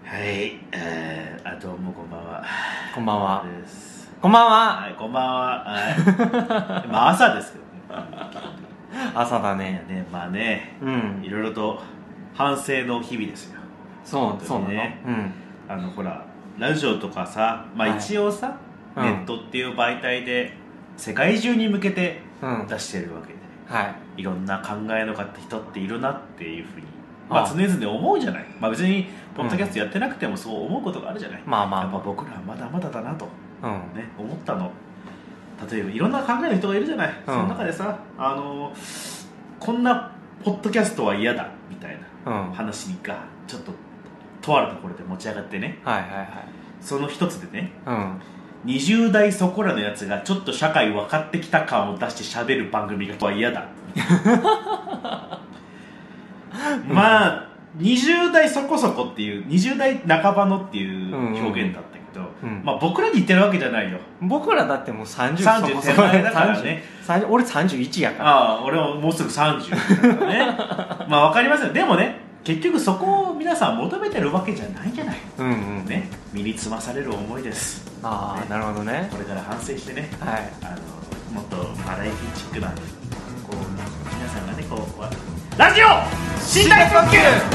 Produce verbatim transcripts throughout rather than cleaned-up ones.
はい、えー、あどうもこんばんは。 こんばんは。 です。 こんばんは。 はい、こんばんは。はい。まあ朝ですけどね。 朝だね。 ね、まあね、 うん。 いろいろと反省の日々ですよ。 そう、そうなの。うん。 あのほらラジオとかさ、まあ一応さ、はい、ネットっていう媒体で世界中に向けて出してるわけで、うん、はい。いろんな考えの人っているなっていうふうに。まあ、常々思うじゃない。まあ、別にポッドキャストやってなくてもそう思うことがあるじゃない、うん、まあまあ、やっぱ僕らはまだまだだなと、うんね、思ったの。例えばいろんな考えの人がいるじゃない、うん、その中でさ、あのこんなポッドキャストは嫌だみたいな話がちょっととあるところで持ち上がってね、はいはいはい、その一つでね、うん、にじゅう代そこらのやつがちょっと社会分かってきた感を出して喋る番組が嫌だまあにじゅう代そこそこっていうにじゅう代半ばのっていう表現だったけど、うんうん、まあ僕らに言ってるわけじゃないよ。 僕らだってもうさんじゅう、 さんじゅう手前だからね。 俺さんじゅういちやから。 ああ、俺はもうすぐさんじゅうだからねまあわかりますよ。でもね、結局そこを皆さん求めてるわけじゃないじゃない、うんうんね、身につまされる思いです。 ああ、ね、なるほどね。 これから反省してね、はい、あのもっとバラエティチックなこう皆さんがねこうラジオ身体特急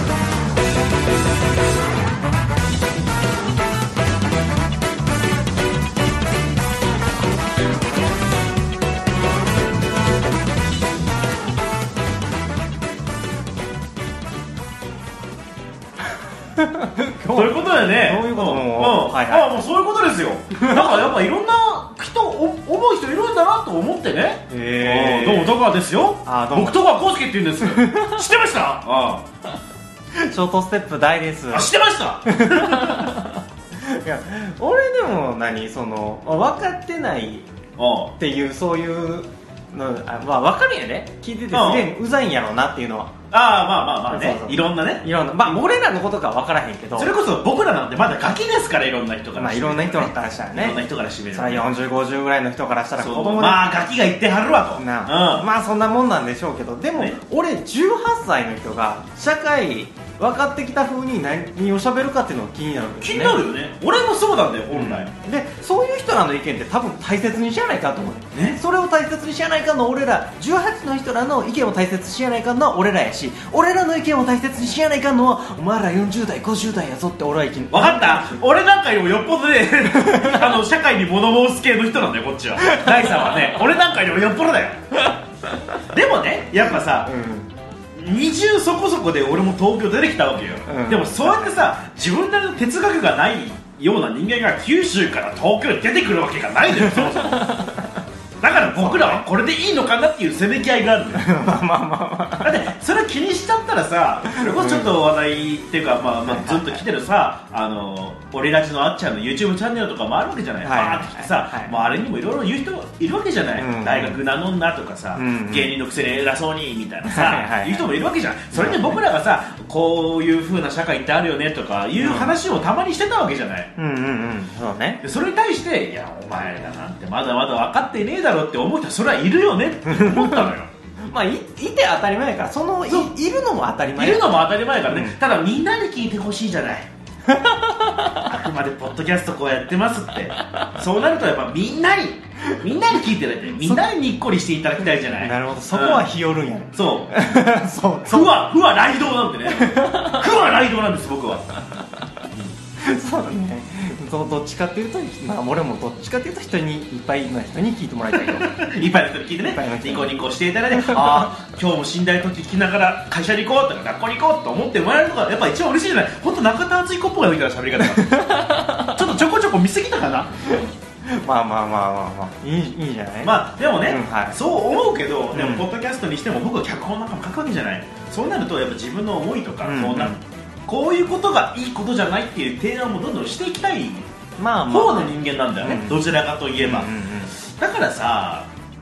そういうことだよね。 どういうこと？ うん、うんはいはい、あもうそういうことですよ。なんかやっぱいろんな人思う人いるんだなと思ってね。えー、どうも戸川ですよ。あどうも僕戸川浩介って言うんです。知ってました？あショートステップ大です。 あ知ってました。 いや俺でも何その分かってないっていうそういうのあまあ分かるよね。聞いててすげえうざいんやろうなっていうのは。 ああまあまあまあね、そうそういろんなねいろんなまあ俺らのことかは分からへんけど、 それこそ僕らなんてまだガキですから、いろんな人から、ね、 まあいろんな人からしたらね、 いろんな人から締める、ね、 よんじゅう、ごじゅうぐらいの人からしたら子供でまあガキが言ってはるわとな、 うん、まあそんなもんなんでしょうけど、でも、ね、俺じゅうはっさいの人が社会分かってきた風に何を喋るかっていうのが気になるんですね。 気になるよね。俺もそうなんだよ本来、 うん、でそういう人らの意見って多分大切にしやないかと思う、ね、それを大切にしやないかんの俺らじゅうはちの人らの意見を大切にしやないかんのは俺らやし、俺らの意見を大切にしやないかんのはお前らよんじゅう代ごじゅう代やぞって俺は意見。分かった。俺なんかよりもよっぽどねあの社会に物申す系の人なんだよこっちは。大さんはね俺なんかよりもよっぽどだよでもねやっぱさ、うん、にじゅうそこそこで俺も東京出てきたわけよ、うん、でもそうやってさ自分なりの哲学がないような人間が九州から東京に出てくるわけがないのよそもそもだから僕らはこれでいいのかなっていうせめぎ合いがあるんだよまあまあまあまあだってそれ気にしちゃったらさ、それこそちょっと話題っていうか、まあまあずっと来てるさ、あのオリラジのあっちゃんの YouTube チャンネルとかもあるわけじゃない、バーって来てさ、もうあれにもいろいろ言う人いるわけじゃない、うん、大学名乗んなとかさ、うん、芸人のくせに偉そうにみたいなさ言う人もいるわけじゃん。それで僕らがさこういう風な社会ってあるよねとかいう話をたまにしてたわけじゃない。うんうんうんそうね。それに対していやお前らなんてまだまだ分かってねえだろって思う人はそれはいるよねって思ったのよまあ い, いて当たり前やからその い, いるのも当たり前いるのも当たり前やからね、うん、ただみんなに聞いてほしいじゃないあくまでポッドキャストこうやってますってそうなるとやっぱみんなにみんなに聞いてないってみんなににっこりしていただきたいじゃない。 なるほどそこは日和るんや、ね、 うん、そうそうふわふわ雷道なんてねふわ雷道なんです僕はそうだねど, どっちかっていうと、まあ、俺もどっちかっていうと人にいっぱいの人に聞いてもらいたいといっぱいの人に聞いてねニコニコしていただいてああ今日も寝台特急聞きながら会社に行こうとか学校に行こうと思ってもらえるのがやっぱ一番嬉しいじゃない。本当中田敦彦っぽいみたいな喋り方がちょっとちょこちょこ見すぎたかなまあまあまあまあまあいい、いいじゃない。 まあでもね、うんはい、そう思うけど、でもポッドキャストにしても僕は脚本なんかも書くわけじゃない。そうなるとやっぱ自分の思いとか、うんうん、こうなこういうことがいいことじゃないっていう提案もどんどんしていきたい方の人間なんだよね、まあまあうん、どちらかといえば、うんうんうん、だからさ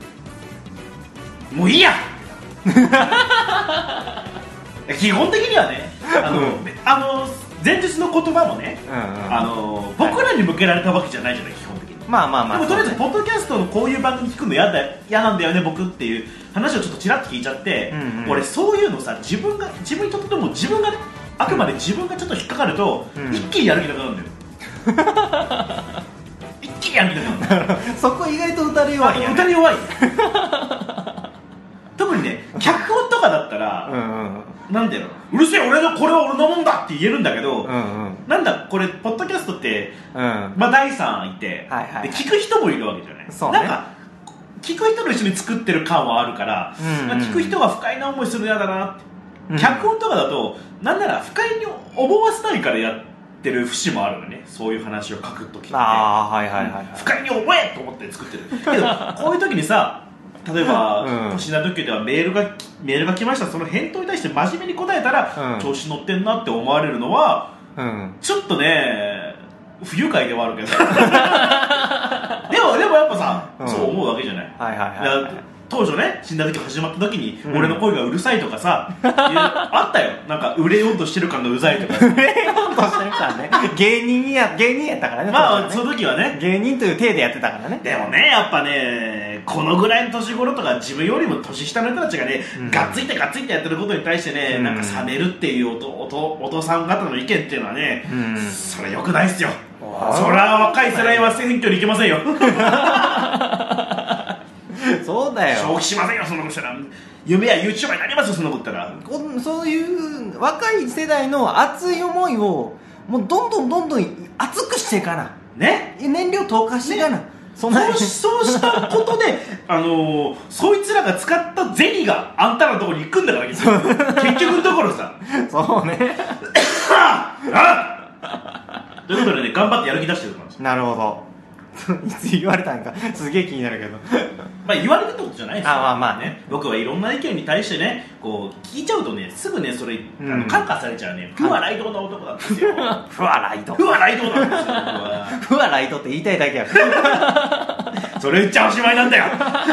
もういいや基本的にはねあの、うん、あの前日の言葉もね、うんうん、あの僕らに向けられたわけじゃないじゃない基本的に。まあまあまあでもとりあえずポッドキャストのこういう番組聞くの嫌だ嫌なんだよね僕っていう話をちょっとちらっと聞いちゃって、うんうん、俺そういうのさ自分が自分にとっても自分がねあくまで自分がちょっと引っかかると、うん、一気にやる気なくなるんだよ一気にやる気なくなるそこ意外と打たれ弱い、ね、 打たれ弱い特にね脚本とかだったら、うんうん、なんだようるせえ俺のこれは俺のもんだって言えるんだけど、うんうん、なんだこれポッドキャストって、うん、まあだいさんいて、はいはいはい、で聞く人もいるわけじゃない、そうね、なんか聞く人と一緒に作ってる感はあるから、うんうん、まあ、聞く人が不快な思いするの嫌だなって、うん、脚本とかだとなんなら不快に思わせないからやってる節もあるよね、そういう話を書くときって、 あ、はいはいはいはい、 不快に思えと思って作ってるけどこういう時にさ例えば、うん、シナドキュではメールがメールが来ました、その返答に対して真面目に答えたら、うん、調子乗ってんなって思われるのは、うん、ちょっとね不愉快ではあるけどでもでもやっぱさ、うん、そう思うわけじゃない、はいはいはいはい、当初ね死んだ時始まった時に、うん、俺の声がうるさいとかさあったよ、なんか売れようとしてる感がうざいとか売れようとしてる感ね芸人や芸人やったからね、 まあその時はね芸人という体でやってたからね。 でもねやっぱねこのぐらいの年頃とか自分よりも年下の人たちがね、うん、がっついてがっついてやってることに対してね、うん、なんか冷めるっていうお お, とお父さん方の意見っていうのはね、うん、それ良くないっすよ。そりゃ若い世代は選挙に行けませんよそうだよ、 消費しませんよそんなことしたら、夢や YouTuber になりますよそんなこと言ったら。 そういう若い世代の熱い思いをもうどんどんどんどん熱くしていかなね、燃料投下していかな、ね、 そ, そうそうしたことで、あのー、そいつらが使った銭があんたらのところに行くんだから結局のところさそうねということでね頑張ってやる気出してると思います。 なるほどいつ言われたんかすげえ気になるけどまあ言われたってことじゃないですよ。 あ、まあまあね、 僕はいろんな意見に対してねこう聞いちゃうとねすぐねそれ、うん、あの感化されちゃうね。不和雷道な男なんですよ不和雷道不和雷道なんですよ不和雷道って言いたいだけやそれ言っちゃおしまいなんだよ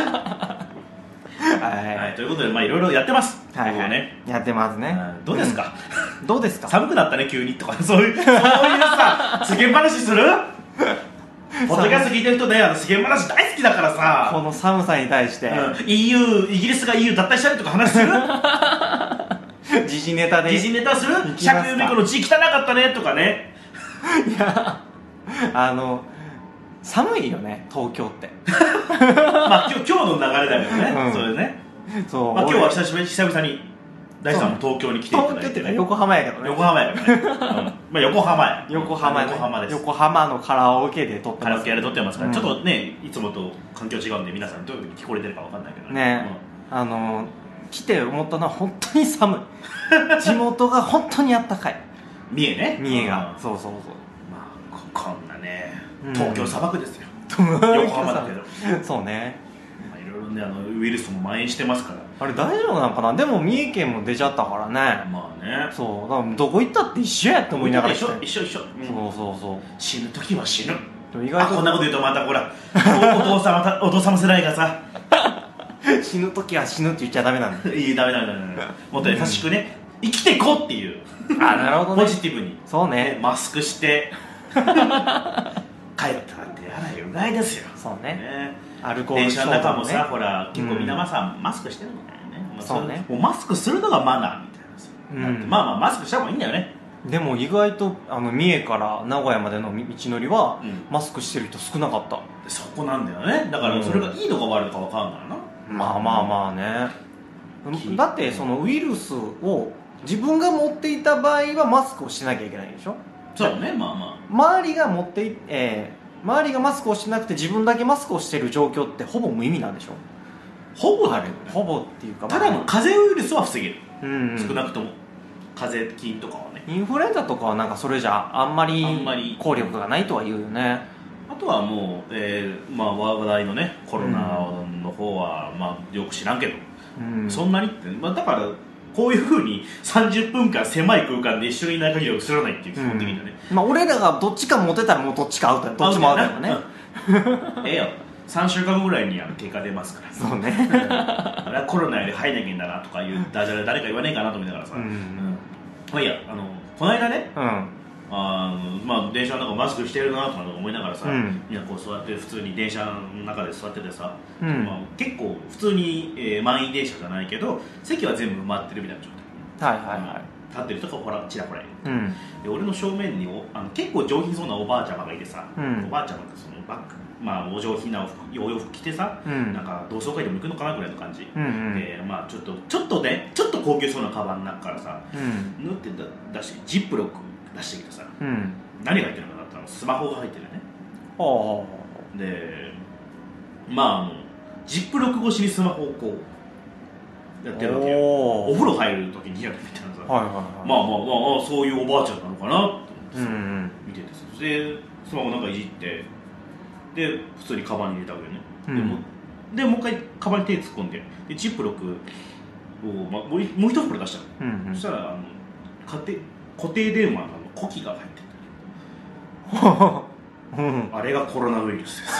はい、はい、ということでまあいろいろやってます。はいはい、ね、 やってますね。 どうですか、 うん、どうですか寒くなったね急にとかそういうそういうさ世間話するポッドキャスト聞いてる人ね、あの世間話大好きだからさ、 この寒さに対して、うん、 イーユー イギリスが イーユー 脱退したりとか話する時事ネタで時事ネタする釈由美子の字汚かったねとかねいやあの寒いよね東京ってまあ今日、今日の流れだよね、うん、それねそう、まあ、今日は久しぶり久々に大さんも東京に来ていただいて、 東京っていうか横浜やけどね横浜やけどね、うん、まあ横浜や横浜、ね、 横浜です。 横浜のカラオケで撮ってます、 カラオケで撮ってますから、うん、ちょっとねいつもと環境違うんで皆さんどういう風に聞こえてるかわかんないけどね、 ね、うん、あの来て思ったのは本当に寒い地元が本当にあったかい三重ね三重が、うん、そうそうそう、 まあ、こ, こんなね東京砂漠ですよ、うん、横浜だけどそうね、 まあ、いろいろねあのウイルスも蔓延してますから。 あれ大丈夫なのかな。でも三重県も出ちゃったからね。 まあね、 そうだからどこ行ったって一緒やって思いながら一緒一緒一緒、うん、 そうそうそう、 死ぬ時は死ぬ。 意外とこんなこと言うとまたほらお, お父様お父様世代がさ死ぬ時は死ぬって言っちゃダメなんだいいダメダメダメもっと優しくね、うん、生きていこうっていうあ、なるほどね、 ポジティブにそうね、 マスクして帰ったら手洗いうがいですよ。 そうね、 ね、 アルコール電車の中もさ、ね、ほら結構皆さん、うん、マスクしてるのね、 そうね、 もうマスクするのがマナーみたいな、うん、まあまあマスクした方がいいんだよね。 でも意外とあの三重から名古屋までの道のりは、うん、マスクしてる人少なかった。 そこなんだよね。だからそれがいいのか悪いのか分かんないな、 うん、まあまあまあね、うん、だってそのウイルスを自分が持っていた場合はマスクをしなきゃいけないでしょ。 そうね、まあまあ周りが持ってい、えー、周りがマスクをしなくて自分だけマスクをしてる状況ってほぼ無意味なんでしょ。 ほぼだね、 ほぼっていうか、 ただの風邪ウイルスは防げる、 うんうん、 少なくとも風邪菌とかはね。 インフルエンザとかはなんかそれじゃあんまり効力がないとは言うよね。 あとはもう、えーまあ、話題のねコロナの方は、うん、まあ、よく知らんけど、うん、そんなにって、まあ、だからこういうふうにさんじゅっぷんかん狭い空間で一緒にいない限りは映らないっていう基本的にはね、 うん、まあ、俺らがどっちか持てたらもうどっちかアウトや、どっちもアウトやからね、 うん、ええよさんしゅうかんごぐらいにあの結果出ますから。 そうねあれはコロナより入んなきゃいけんだなとかいうダジャレ誰か言わねえかなと思いながらさ、うんうん、まあいいや、あのこの間ね、うん、あまあ、電車の中マスクしてるなとか思いながらさ、うん、みんなこう座って普通に電車の中で座っててさ、うん、まあ、結構普通に、えー、満員電車じゃないけど席は全部埋まってるみたいな状態、 はいはいはい、 立ってる人がほらちらほらいる、 うん、 で俺の正面におあの結構上品そうなおばあちゃまがいてさ、うん、おばあちゃまがそのバッグ、まあ、お上品なお洋服着てさ、うん、なんか同窓会でも行くのかなぐらいの感じ、うんうん、でまあちょっとちょっとねちょっと高級そうなカバンの中からさ、うん、縫って出してジップロック出してきてさ、うん、何が入ってるのかなってのスマホが入ってるよね、はあ、でまああのジップロック越しにスマホをこうやってるわけよ。お風呂入る時にやるみたいなさ、はいはいはい、まあまあまあそういうおばあちゃんなのかなと思ってさ、うんうん、見ててさ、でスマホなんかいじってで普通にカバンに入れたわけよね、うん、でもでもう一回カバンに手突っ込んででジップロックを、まあ、もうもう一袋出したの、うんうん、そしたらあの家庭固定電話の呼気が入ってた、うん、あれがコロナウイルスです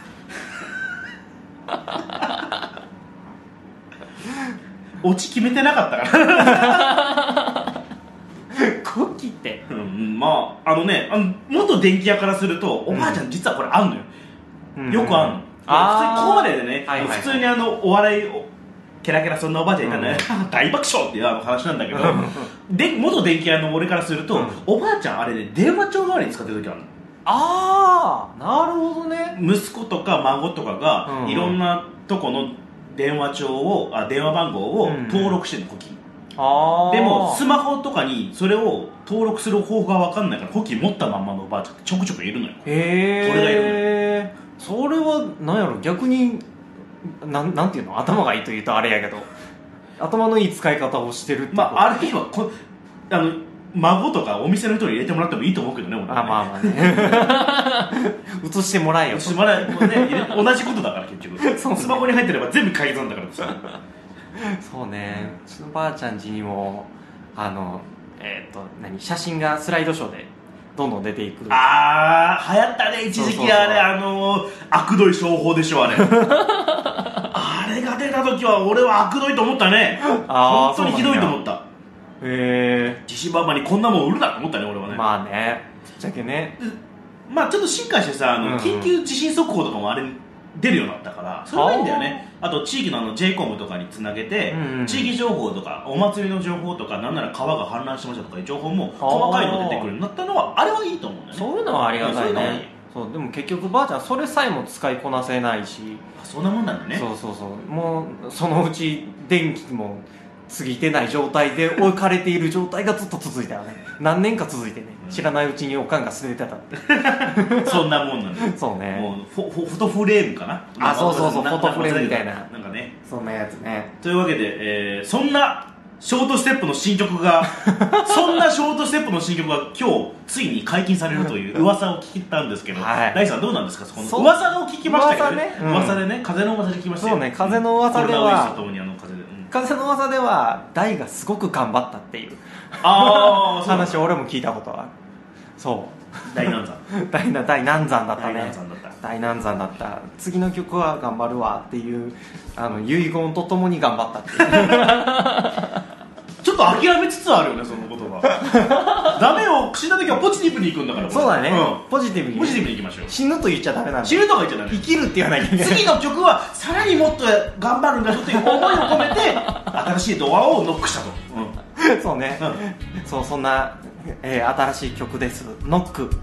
オチ決めてなかったからコキって、 うん、まああのねあの元電気屋からするとおばあちゃん実はこれあんのよ、うん、よくあんの、うん、普通にここまででね、はいはいはい、普通にあのお笑いをケラケラそんなおばあちゃんいたんだよ、うん、大爆笑っていうあの話なんだけどで元電気屋の俺からすると、うん、おばあちゃんあれね電話帳代わりに使ってる時あるの。 ああなるほどね。 息子とか孫とかがいろんなとこの電話帳をあ電話番号を登録してるの、コキ、うん、あでもスマホとかにそれを登録する方法が分かんないからコキ持ったまんまのおばあちゃんってちょくちょくいるのよ。 へえ。 それがいるのよ。 それは何やろ逆にな ん, なんていうの頭がいいというとあれやけど頭のいい使い方をしてるってこと。 まああるいはこあの孫とかお店の人に入れてもらってもいいと思うけどね、俺ね。 あ、まあまあね移してもらえよ。移してもらえもう、ね、同じことだから結局そう、ね、スマホに入ってれば全部解決なんだからさそうね、うちのばあちゃん家にもあのえっ、ー、と何写真がスライドショーでどんどん出ていく。 あー流行ったね一時期。あれあのー、悪どい商法でしょあれあれが出た時は俺は悪どいと思ったね。あ本当にひどいと思った。へえ。自信満々にこんなもん売るなと思ったね俺はね。 まあねぶっちゃけね。 まあちょっと進化してさあの、うん、緊急地震速報とかもあれ出るようになったからそれはいいんだよね。あと地域のあの ジェイコム とかにつなげて、うんうん、地域情報とかお祭りの情報とかなんなら川が氾濫しましたとかいう情報も細かいのが出てくるようになったのはあれはいいと思うんだよね。 そういうのはありがたいね。そうでも結局ばあちゃんそれさえも使いこなせないし。 あそんなもんなんだね。 そうそうそうもうそのうち電気も過ぎてない状態で置かれている状態がずっと続いたよね。何年か続いてね、うん、知らないうちにおかんが捨ててたってそんなもんなんだ。 そうねもうフォ、フォトフレームかな。 あそうそうそうフォトフレームみたいななんかねそんなやつね。 というわけで、えー、そんなショートステップの新曲がそんなショートステップの新曲が今日ついに解禁されるという噂を聞いたんですけど、はい、大さんどうなんですか。その噂を聞きましたけどね。噂でね、風の噂で聞きましたよ。 そうね、風の噂では、うん、コロナウイルスとともにあの風で、うん、 風の噂では大がすごく頑張ったっていうあ話を俺も聞いたことがある。そう大難産大, 大難産だったね。 大難産だった大難産だった。次の曲は頑張るわっていうあの遺言とともに頑張ったっていうちょっと諦めつつあるよねその言葉ダメを死んだ時はポジティブにいくんだから。 そうだね、うん、ポジティブにポジティブにいきましょう。 死ぬと言っちゃダメなんだ。 死ぬとか言っちゃダメ。 生きるって言わないといけない。 次の曲はさらにもっと頑張るんだぞという思いを込めて新しいドアをノックしたと、 うん、そうね、うん、そうそんな、えー、新しい曲です。ノック。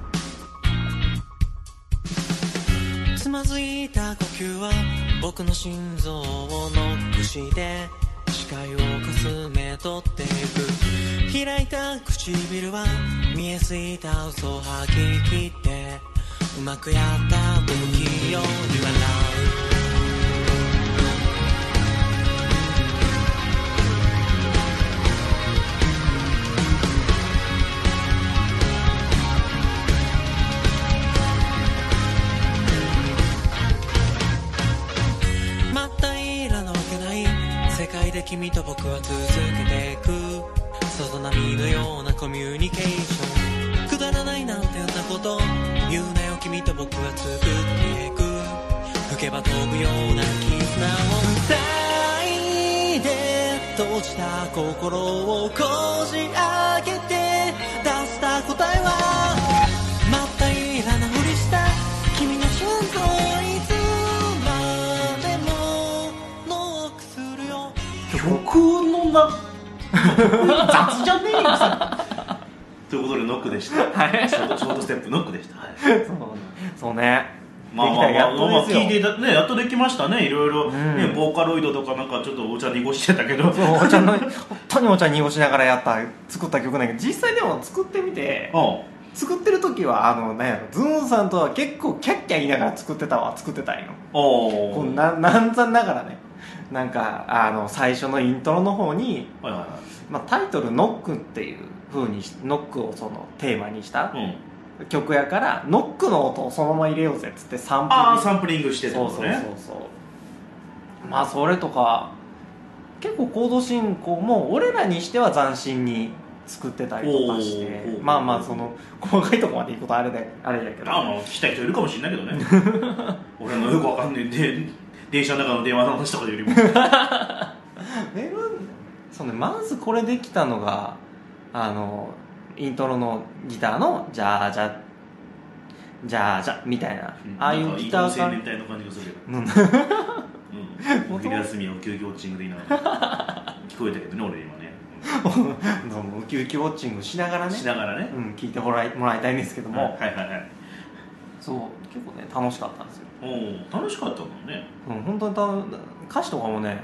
つまずいた呼吸は僕の心臓をノックして視界をかすめ取っていく。開いた唇は見えすぎた嘘を吐き切ってうまくやった不器用に笑う。またいらなわけない世界で君と僕は続けていく。さざ波のようなコミュニケーション。くだらないなんて言ったこと言うなよ君と僕は作っていく。吹けば飛ぶような絆を二人で閉じた心をこじ開けて出した答えはまたいらなふりした君の心臓いつまでもノックするよ。 曲のな雑じゃねえよさということでノックでした、 はい、 ショート、ショートステップノックでした、はい、 そう、そうね、 まあまあまあ、まあ、聞いていたね、やっとできましたね、いろいろ、ね、うん、ボーカロイドとかなんかちょっとお茶濁してたけど、 そうお茶の本当にお茶濁しながらやった作った曲なんやけど、実際でも作ってみて、作ってる時はあのなんやろ、ズンさんとは結構キャッキャ言いながら作ってたわ作ってたんよ。おこうななんざんながらね、なんかあの最初のイントロの方に、はいはいはい、まあ、タイトルノックっていう風にノックをそのテーマにした、うん、曲やから、ノックの音をそのまま入れようぜっつってサンプリング、 あサンプリングしてた、ね、 そうそうそうそう、まあそれとか結構コード進行も俺らにしては斬新に作ってたりとかして、まあまあその細かいところまでいくことあれであれだけど、 ああ、まあ聞きたい人いるかもしれないけどね俺のよくわかんねえんで電車の中の電話の話とかよりもメロそうね、まずこれできたのがあのイントロのギターのジャージャジャージャみたいな、うん、ああいうギターが青年隊の感じがするけど、うん、お昼休みをウキウキウォッチングでいいな聞こえたけどね俺今ねウキウキウォッチングしながらねしながらね、 うん、聞いてもらい、もらいたいんですけども、 はいはいはい、 そう結構ね楽しかったんですよ。 お楽しかったもんね、 うん、本当にた歌詞とかもね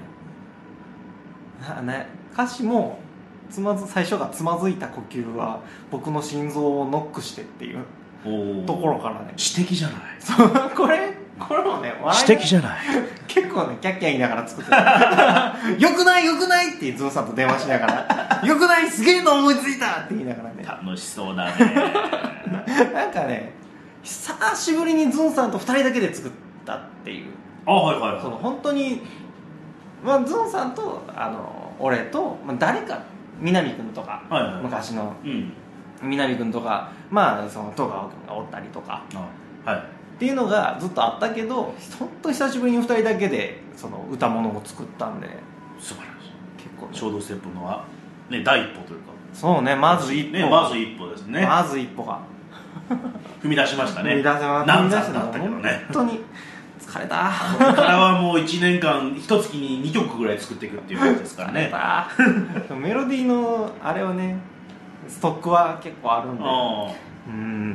ね歌詞もつまず最初がつまずいた呼吸は僕の心臓をノックしてっていうところからね、 詩的じゃないそうこれこれもね詩的じゃない結構ねキャッキャ言いながら作ってたよくないよくないってズンさんと電話しながらよくないすげえの思いついたって言いながらね楽しそうだねなんかね久しぶりにズンさんとふたりだけで作ったっていう、 あ、はいはいはい、 その本当に、まあ、ズンさんとあの俺と、まあ、誰か南君とか、はいはいはい、昔の、うん、南君とか、まあその戸川君がおったりとか、あ、はい、っていうのがずっとあったけど、本当に久しぶりにふたりだけでその歌物を作ったんで素晴らしい。結構、ね、衝動ステップのは、ね、第一歩というか、 そうね、まず一歩、 ね、まず一歩ですね、 まず一歩が踏み出しましたね。 踏み出せま何歳だったけどね、 本当に疲れた。 これからはもういちねんかんいっかげつににきょくぐらい作っていくっていう感じですからねメロディーのあれはねストックは結構あるんで、うん、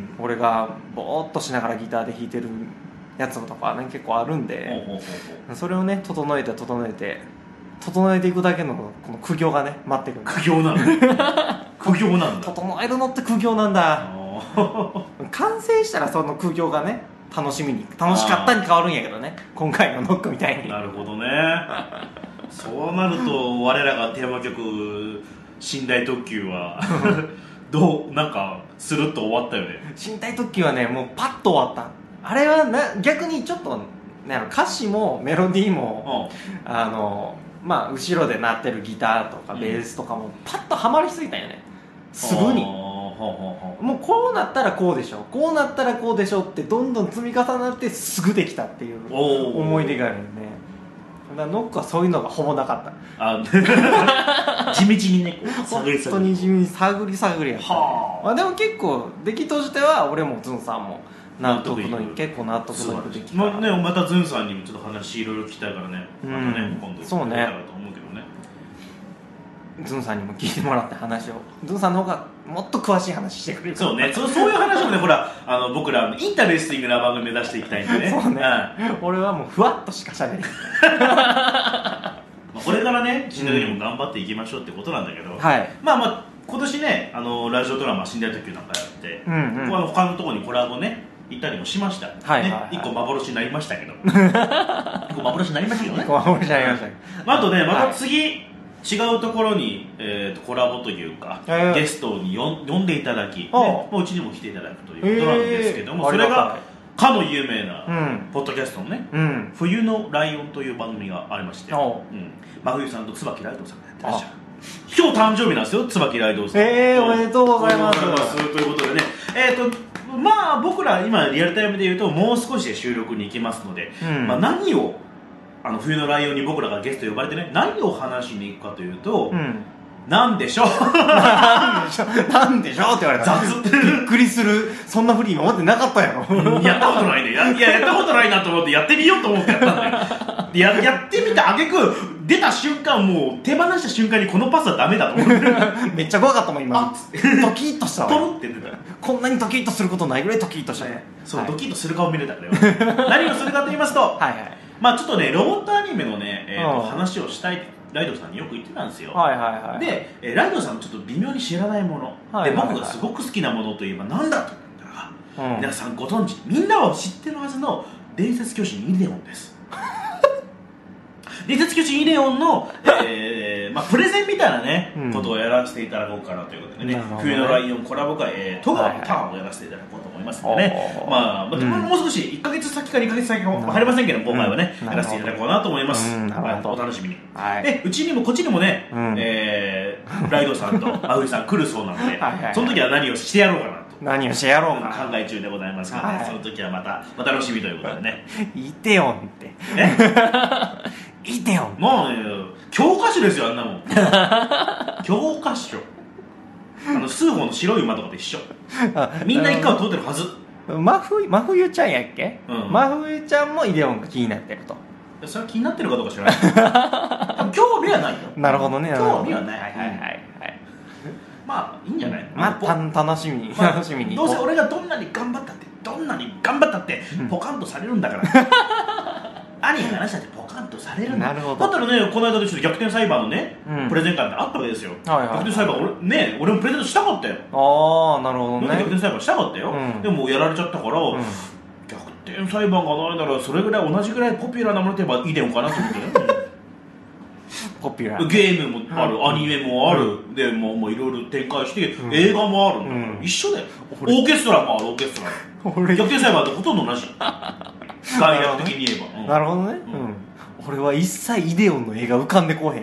俺がボーっとしながらギターで弾いてるやつとかね結構あるんで、ほうほうほうほう、それをね整えて整えて整えていくだけのこの苦行がね待ってくる。 苦行なんだ苦行なんだ整えるのって苦行なんだ完成したらその苦行がね楽しみに楽しかったに変わるんやけどね、今回のノックみたいに。 なるほどねそうなると我らがテーマ曲寝台特急はどうなんかスルッと終わったよね。 寝台特急はねもうパッと終わった。あれはな逆にちょっと、ね、歌詞もメロディーも、うん、あのまあ後ろで鳴ってるギターとかベースとかもパッとはまりすぎたよね、すぐに。もうこうなったらこうでしょ、こうなったらこうでしょってどんどん積み重なってすぐできたっていう思い出があるよね。だからノックはそういうのがほぼなかった。あ地道にね探り探り本当に地道に探り探りやった、ね、まあ、でも結構出来としては俺もズンさんも納得のいい、結構納得のいく出来、 まあね、またズンさんにもちょっと話いろいろ聞きたいからね、またね、今度そうね、 と思うけどね、 ズンさんにも聞いてもらって話を、ズンさんの方がもっと詳しい話してくれる。 そうね、そ, そういう話もね、ほらあの僕らインタレスティングな番組目指していきたいんでね。 そうね、うん、俺はもうふわっとしかしゃべれないこれからね、死んだ時にも頑張っていきましょうってことなんだけど、うん、はい、まあまあ今年ね、あのラジオドラマ死んだ時なんかやって、うんうん、ここは他のところにコラボね行ったりもしました、はいはいはい、ね、いっこ幻になりましたけどいっこ幻になりましたけどね、いっこ幻になりましたけど、あとね、また次、はい、違うところに、えー、とコラボというか、えー、ゲストによ呼んでいただき、ね、もううちにも来ていただくということなんですけども、えー、それがかの有名な、うん、ポッドキャストのね、うん、冬のライオンという番組がありまして、うん、真冬さんと椿ライドウさんがやってらっしゃる。今日誕生日なんですよ、椿ライドウさん。 えー、おめでとうございます。 ということでね、えーとまあ僕ら今リアルタイムで言うともう少しで収録に行きますので、うん、まあ、何をあの冬のライオンに僕らがゲスト呼ばれてね、何を話しに行くかというと、うん、なんでしょうなんでしょうなんでしょうって言われた。雑びっくりする。そんなふり今までなかったやろ。 やったことないね。やいややったことないなと思ってやってみようと思ってやったんだよや, やってみたあげく出た瞬間もう手放した瞬間にこのパスはダメだと思ってめっちゃ怖かったもん今あっドキッとしたわポロって出たこんなにドキッとすることないぐらいドキッとしたねそう、 はい、 ドキッとする顔見れたんだよ何をするかと言いますとはいはいまあちょっとねロボットアニメのね、えーとうん話をしたいライドさんによく言ってたんですよ、 はいはいはいで、えーライドさんのちょっと微妙に知らないもの、 はいはいはいで僕がすごく好きなものといえば何だと思ったら、 うん皆さんご存知みんなは知ってるはずの伝説巨人イデオンです伝説巨人イデオンの、えーまあ、プレゼンみたいなね、 うんことをやらせていただこうかなということでねなるほどね冬のライオンコラボ会、えー、戸川はいはいターンをやらせていただこうと思いますのでね、 おーまあ、まあうんもう少しいっかげつ先かにかげつ先かも入りませんけど今回はね、 うんやらせていただこうなと思います、 うんなるほどはい、お楽しみにはいでうちにもこっちにもね、 うんえーライドさんと真冬さん来るそうなのではいはいはいその時は何をしてやろうかなと何をしてやろうか考え中でございますから、ねはいその時はまたお楽しみということでねイテオンってえイテオンもうね教科書ですよあんなもん教科書あの数歩の白い馬とかと一緒みんな一回は通ってるはず真冬真冬ちゃんやっけ、 うん真冬ちゃんもイデオンが気になってるとそれは気になってるかどうか知らない多分興味はないよなるほどねなるほど興味はないはいはいはいはいまあいいんじゃないまあポた楽しみに、 まあ楽しみにどうせ俺がどんなに頑張ったってどんなに頑張ったってうんポカンとされるんだから兄が話したってポカンとされるんだなるほどだったらねこの間でちょっと逆転裁判のね、 うんプレゼン会ってあったわけですよ、 はいはい逆転裁判俺ね俺もプレゼントしたかったよ、 ああなるほどね逆転裁判したかったよ、 うんでももうやられちゃったから、 うん逆転裁判がないならそれぐらい同じぐらいポピュラーなものといえばいいのかなと思ってねポピュラーゲームもある、 うんアニメもある、でもうもういろいろ展開して、 うん映画もあるんだから、 うん一緒だよオ俺ーケストラもあるオーケストラ俺逆転裁判ってほとんど同じ概略的に言えば、うんなるほどね、 うんうん、俺は一切イデオンの絵が浮かんでこへん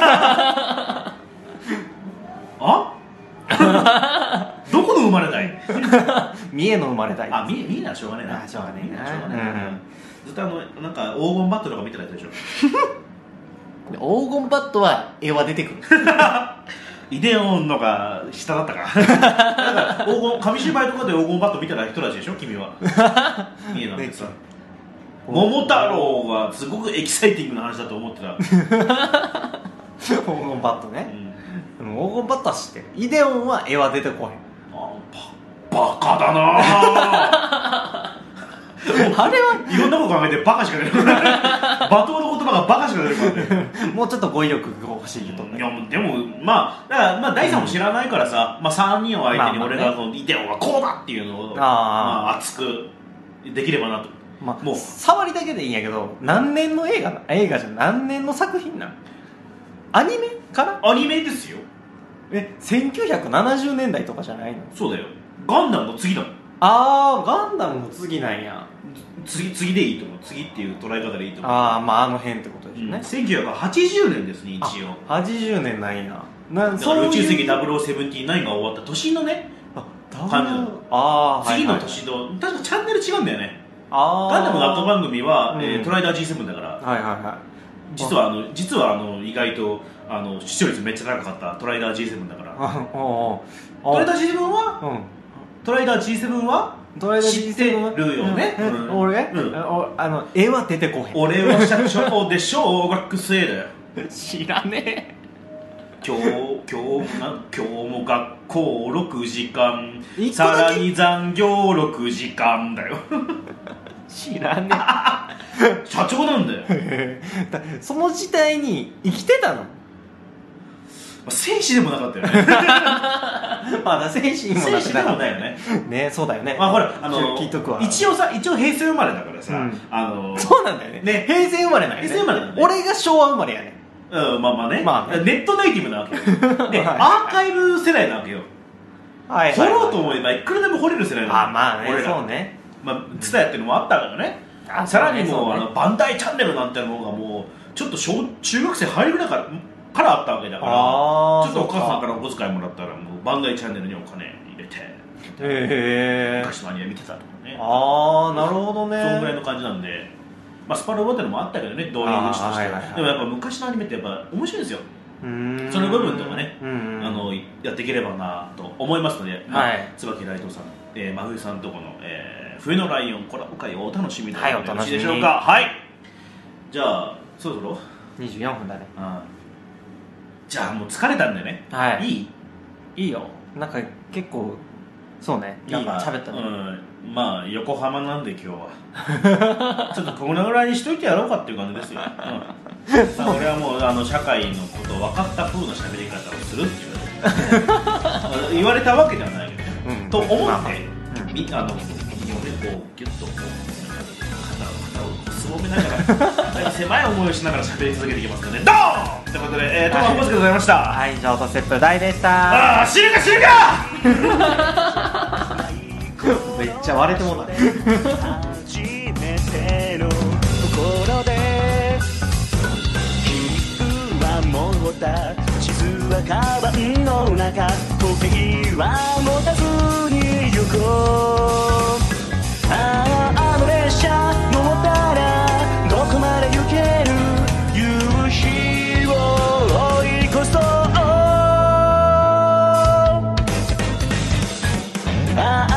あどこの生まれたい三重の生まれたいあ見え見えならしょうがねえなあしょうがねえなしょうがねえな、 うんずっとあのなんか黄金バットとか見てたやつでしょ黄金バットは絵は出てくるイデオンのが下だったからだから黄金紙芝居とかで黄金バット見てた人たちでしょ君は見えなんてさ桃太郎がすごくエキサイティングな話だと思ってた、 黄金バットね、 うんでも黄金バットは知ってるイデオンは絵は出てこへんあババカだなああれはいろんなこと考えてバカしか出てこない罵倒の言葉がバカしか出てこないもうちょっと語彙力が欲しいけどねいやもうでもまあだからまあ大さんも知らないからさ、まあ、さんにんを相手に俺がこのイデオンはこうだっていうのを、 あーまあ、熱くできればなとまあ、 もう触りだけでいいんやけど何年の映画な映画じゃ何年の作品なんアニメからアニメですよえせんきゅうひゃくななじゅうねんだいとかじゃないのそうだよガンダムの次だもんああガンダムの次なんや次次でいいと思う次っていう捉え方でいいと思うああまああの辺ってことですね、 うん、せんきゅうひゃくはちじゅうねんですね一応あはちじゅうねんなんやなだから宇宙世紀ダダブルオーセブンティーナインが終わった年のねあダブ感じルああ次の年の、確かチャンネル違うんだよねああガンダムの後番組は、 うんえートライダー ジーセブン だからはいはいはい実はあの実はあの意外とあの視聴率めっちゃ高かったトライダー ジーセブン だからあおおおトライダー ジーセブン はうんトライダー ジーセブン はトライダー ジーセブン知ってるよねうんうん俺、 うんあおあの絵は出てこへん俺は社長で小学生だよ知らね今日今日な今日も学校ろくじかんさ一個だけらに残業ろくじかんだよえ知らね社長なんだよえだその時代に生きてたの戦士でもなかったよねまだ精神もな戦士でもないよねねそうだよねまあほらあの聞いとくわ一応さ一応平成生まれだからさ、 うんあのそうなんだよねね平成生まれなんやね平成生まれなんだよ俺が昭和生まれやねうん、まあまあね、 まあねネットネイティブなわけよで、 はいアーカイブ世代なわけよ、 はい掘ろうと思えばいくらでも掘れる世代なのあまあね俺らそうねまあツタヤっていうのもあったからね、 あさらにもうそうねあのバンダイチャンネルなんてのがもうちょっと小中学生入るぐらいからからあったわけだからあーちょっとお母さんそからお小遣いもらったらもうバンダイチャンネルにお金入れてへえ昔のアニメ見てたとかねああなるほどねそんぐらいの感じなんで、まあ、スパロボってのもあったけどね導入口としては、 あーはいはいはいでもやっぱ昔のアニメってやっぱ面白いですようーんその部分とかね、 うんあのやっていければなと思いますので、まあはい椿ライトさん、えー、真冬さんとこの、えー冬のライオンコラボ会をお楽しみいただはいいてよろしいお楽しみにでしょうか。はい、 じゃあそろそろにじゅうよんふんだね。 あじゃあもう疲れたんでね、 はい、 いいいいよ。なんか結構そうね、いい喋ったね、 うん、まあ横浜なんで今日はちょっとこのぐらいにしといてやろうかっていう感じですよ、うんまあ、俺はもうあの社会のことを分かった風の喋り方をするっていう言われたわけではないけど、うん、と思って、まあまあ、うん、みあの右をねこうギュッとこう肩を肩をすぼめながら狭い思いをしながら喋り続けていきますので、ドーンということで、えー、トマホコスケでございました。 はい、上等セップ大でした。 ああ死ぬか死ぬかめっちゃ割れてもうたね初めてのところで君は持った地図はカバンの中、時計は持たずに行こう。ああ、あの列車乗ったらどこまで行ける、夕日を追い越そう。あ